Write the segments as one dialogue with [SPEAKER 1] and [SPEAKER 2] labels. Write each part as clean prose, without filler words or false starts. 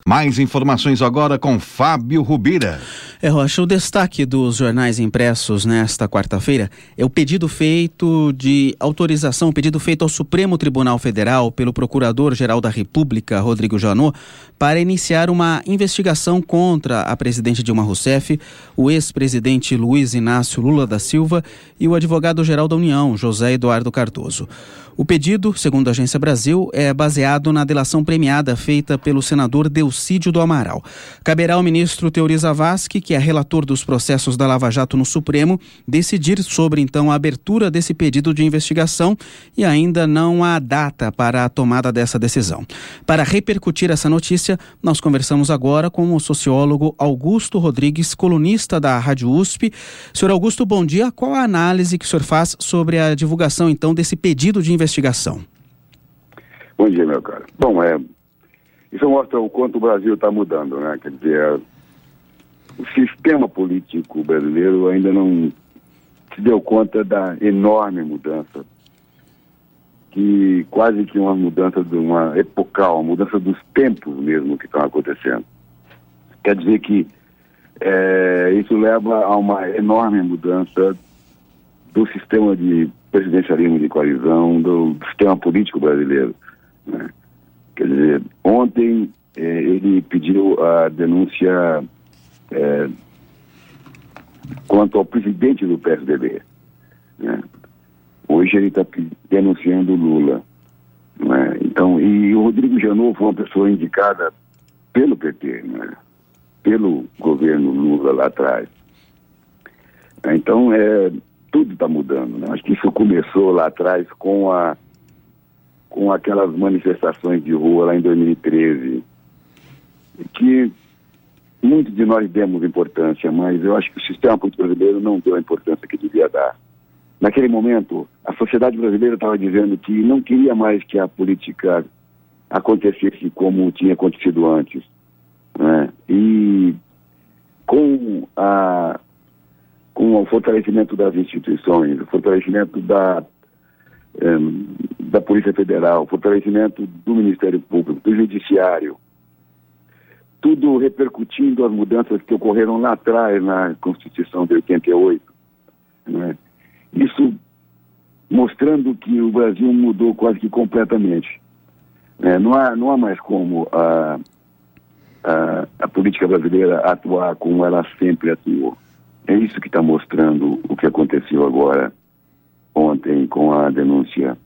[SPEAKER 1] Mais informações agora com Fábio Rubira.
[SPEAKER 2] Rocha, o destaque dos jornais impressos nesta quarta-feira é o pedido feito de autorização, o pedido feito ao Supremo Tribunal Federal pelo Procurador-Geral da República, Rodrigo Janot, para iniciar uma investigação contra a presidente Dilma Rousseff, o ex-presidente Luiz Inácio Lula da Silva e o advogado-geral da União, José Eduardo Cardoso. O pedido, segundo a Agência Brasil, é baseado na delação premiada feita pelo senador Delcídio do Amaral. Caberá ao ministro Teori Zavascki, que é relator dos processos da Lava Jato no Supremo, decidir sobre, então, a abertura desse pedido de investigação e ainda não há data para a tomada dessa decisão. Para repercutir essa notícia, nós conversamos agora com o sociólogo Augusto Rodrigues, colunista da Rádio USP. Senhor Augusto, bom dia. Qual a análise que o senhor faz sobre a divulgação, então, desse pedido de investigação?
[SPEAKER 3] Bom dia, meu caro. Bom, isso mostra o quanto o Brasil está mudando, né? Quer dizer, o sistema político brasileiro ainda não se deu conta da enorme mudança, que quase que uma mudança de uma epocal, uma mudança dos tempos mesmo que estão acontecendo. Quer dizer que isso leva a uma enorme mudança do sistema de presidencialismo de coalizão, do sistema político brasileiro, né? Quer dizer, ontem ele pediu a denúncia quanto ao presidente do PSDB, né? Hoje ele está denunciando o Lula, né? Então, e o Rodrigo Janot foi uma pessoa indicada pelo PT, né? Pelo governo Lula lá atrás. Então, tudo está mudando, né? Acho que isso começou lá atrás com aquelas manifestações de rua lá em 2013, que muitos de nós demos importância, mas eu acho que o sistema político brasileiro não deu a importância que devia dar. Naquele momento, a sociedade brasileira estava dizendo que não queria mais que a política acontecesse como tinha acontecido antes, né? E com o fortalecimento das instituições, o fortalecimento da Polícia Federal, o fortalecimento do Ministério Público, do Judiciário, tudo repercutindo as mudanças que ocorreram lá atrás na Constituição de 88, né? Isso mostrando que o Brasil mudou quase que completamente. Não há mais como a política brasileira atuar como ela sempre atuou. É isso que está mostrando o que aconteceu agora, ontem, com a denúncia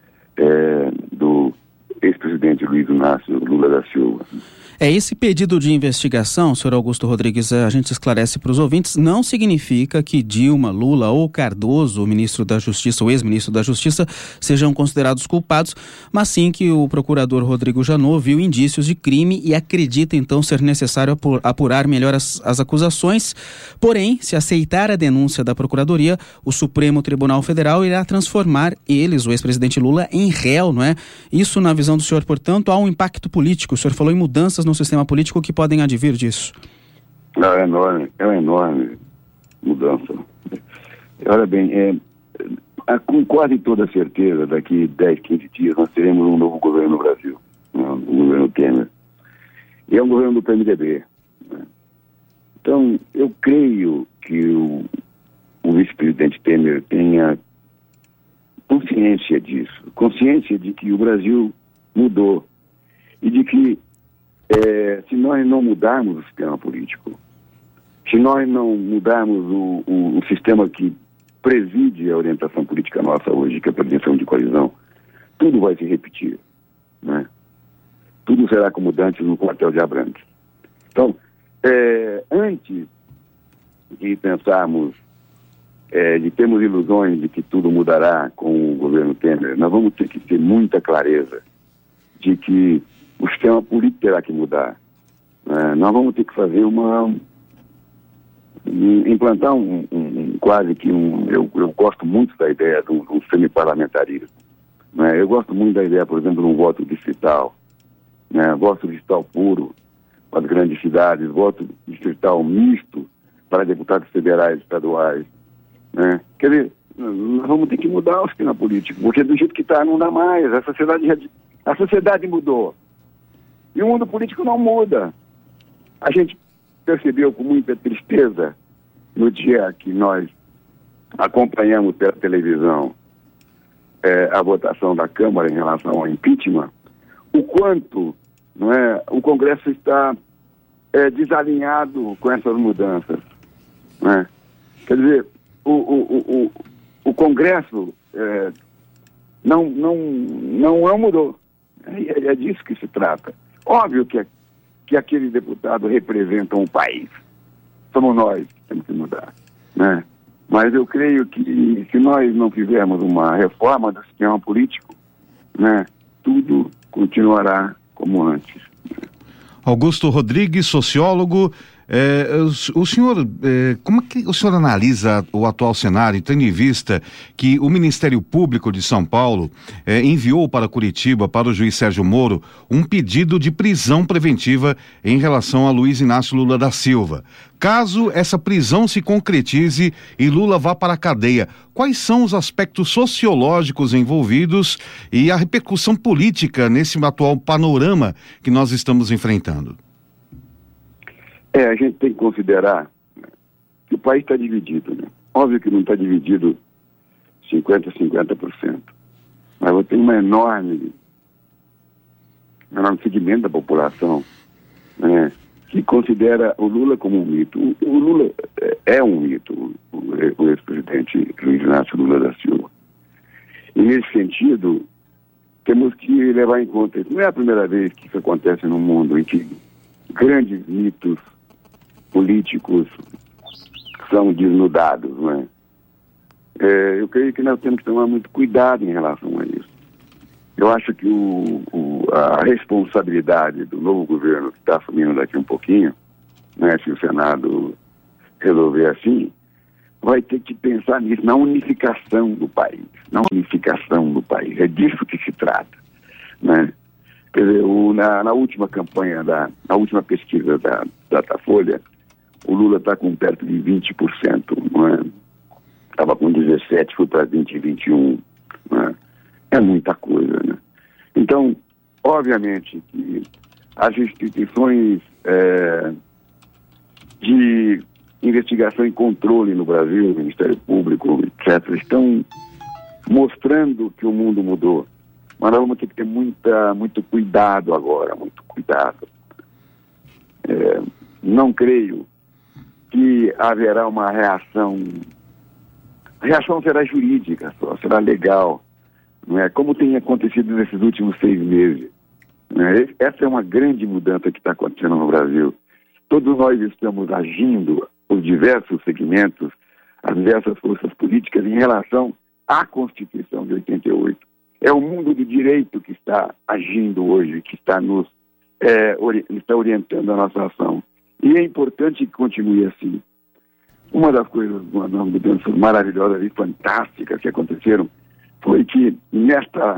[SPEAKER 3] do ex-presidente Luiz Inácio Lula da Silva.
[SPEAKER 2] Esse pedido de investigação, senhor Augusto Rodrigues, a gente esclarece para os ouvintes, não significa que Dilma, Lula ou Cardoso, o ministro da Justiça, o ex-ministro da Justiça, sejam considerados culpados, mas sim que o procurador Rodrigo Janot viu indícios de crime e acredita então ser necessário apurar melhor as acusações. Porém, se aceitar a denúncia da Procuradoria, o Supremo Tribunal Federal irá transformar eles, o ex-presidente Lula, em réu, não é? Isso, na visão do senhor, portanto, há um impacto político. O senhor falou em mudanças no sistema político que podem advir disso.
[SPEAKER 3] É uma enorme mudança. Olha bem, com quase toda certeza, daqui 10, 15 dias, nós teremos um novo governo no Brasil, né? O governo Temer. E é um governo do PMDB, né? Então, eu creio que o vice-presidente Temer tenha consciência disso, consciência de que o Brasil mudou e de que se nós não mudarmos o sistema político, se nós não mudarmos o sistema que preside a orientação política nossa hoje, que é a prevenção de coalizão, tudo vai se repetir, né? Tudo será como dantes no quartel de Abrantes. Então, antes de pensarmos, de termos ilusões de que tudo mudará com o governo Temer, nós vamos ter que ter muita clareza de que o sistema político terá que mudar. Nós vamos ter que fazer implantar quase que eu gosto muito da ideia de um semi-parlamentarismo, né? Eu gosto muito da ideia, por exemplo, de um voto distrital, né? Voto distrital puro para as grandes cidades, voto distrital misto para deputados federais e estaduais, né? Quer dizer, nós vamos ter que mudar o sistema político, porque do jeito que está não dá mais. A sociedade mudou. E o mundo político não muda. A gente percebeu com muita tristeza no dia que nós acompanhamos pela televisão a votação da Câmara em relação ao impeachment, o quanto, não é, o Congresso está desalinhado com essas mudanças. Não é? Quer dizer, o Congresso não mudou. É disso que se trata. Óbvio que aqueles deputados representam o país. Somos nós que temos que mudar, né? Mas eu creio que se nós não fizermos uma reforma do sistema político, né, tudo continuará como antes.
[SPEAKER 1] Augusto Rodrigues, sociólogo. O senhor, como é que o senhor analisa o atual cenário, tendo em vista que o Ministério Público de São Paulo enviou para Curitiba, para o juiz Sérgio Moro, um pedido de prisão preventiva em relação a Luiz Inácio Lula da Silva? Caso essa prisão se concretize e Lula vá para a cadeia, quais são os aspectos sociológicos envolvidos e a repercussão política nesse atual panorama que nós estamos enfrentando?
[SPEAKER 3] A gente tem que considerar, né, que o país está dividido, né? Óbvio que não está dividido 50%, mas você tem um enorme segmento da população, né, que considera o Lula como um mito. O Lula é um mito, o ex-presidente Luiz Inácio Lula da Silva. E nesse sentido, temos que levar em conta isso. Não é a primeira vez que isso acontece no mundo, em que grandes mitos políticos são desnudados, não é? Eu creio que nós temos que tomar muito cuidado em relação a isso. Eu acho que a responsabilidade do novo governo que está assumindo daqui um pouquinho, né, se o Senado resolver assim, vai ter que pensar nisso, na unificação do país. É disso que se trata, né? Quer dizer, na última campanha, na última pesquisa da Datafolha, o Lula está com perto de 20%, não é? Estava com 17%, foi para 20%, 21%. Não é? É muita coisa, né? Então, obviamente que as instituições de investigação e controle no Brasil, o Ministério Público, etc., estão mostrando que o mundo mudou. Mas nós vamos ter que ter muito cuidado agora, muito cuidado. Não creio que haverá uma reação. A reação será jurídica só, será legal, não é? Como tem acontecido nesses últimos 6 meses. Né? Essa é uma grande mudança que está acontecendo no Brasil. Todos nós estamos agindo, os diversos segmentos, as diversas forças políticas, em relação à Constituição de 88. É o mundo do direito que está agindo hoje, que está está orientando a nossa ação. E é importante que continue assim. Uma das coisas, uma das mudanças maravilhosas e fantásticas que aconteceram foi que nesta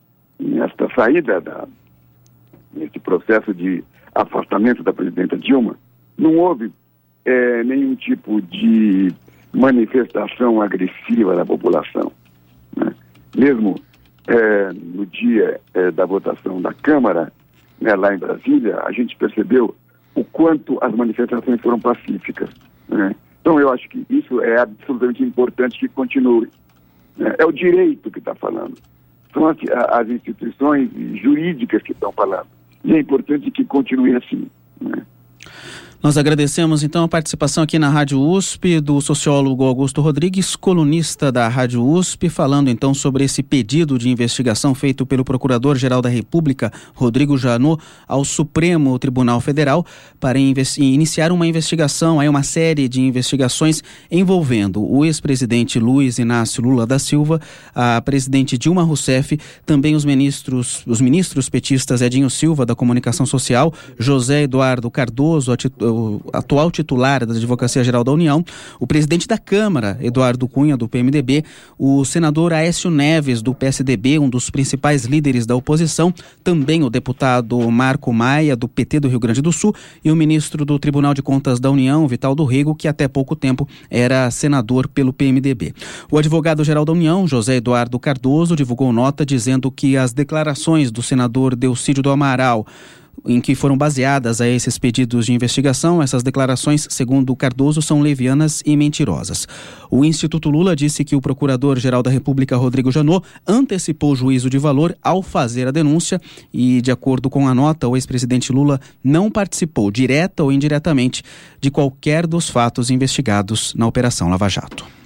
[SPEAKER 3] saída nesse processo de afastamento da presidenta Dilma, não houve nenhum tipo de manifestação agressiva da população, né? Mesmo no dia da votação da Câmara, né, lá em Brasília, a gente percebeu o quanto as manifestações foram pacíficas, né? Então eu acho que isso é absolutamente importante que continue, né? É o direito que está falando, são as instituições jurídicas que estão falando, e é importante que continue assim, né?
[SPEAKER 2] Nós agradecemos então a participação aqui na Rádio USP do sociólogo Augusto Rodrigues, colunista da Rádio USP, falando então sobre esse pedido de investigação feito pelo Procurador-Geral da República, Rodrigo Janot, ao Supremo Tribunal Federal para iniciar uma investigação, aí uma série de investigações envolvendo o ex-presidente Luiz Inácio Lula da Silva, a presidente Dilma Rousseff, também os ministros petistas Edinho Silva, da Comunicação Social, José Eduardo Cardoso, o atual titular da Advocacia Geral da União, o presidente da Câmara, Eduardo Cunha, do PMDB, o senador Aécio Neves, do PSDB, um dos principais líderes da oposição, também o deputado Marco Maia, do PT do Rio Grande do Sul, e o ministro do Tribunal de Contas da União, Vital do Rego, que até pouco tempo era senador pelo PMDB. O advogado-geral da União, José Eduardo Cardoso, divulgou nota dizendo que as declarações do senador Delcídio do Amaral em que foram baseadas a esses pedidos de investigação. Essas declarações, segundo Cardoso, são levianas e mentirosas. O Instituto Lula disse que o Procurador-Geral da República, Rodrigo Janot, antecipou o juízo de valor ao fazer a denúncia e, de acordo com a nota, o ex-presidente Lula não participou, direta ou indiretamente, de qualquer dos fatos investigados na Operação Lava Jato.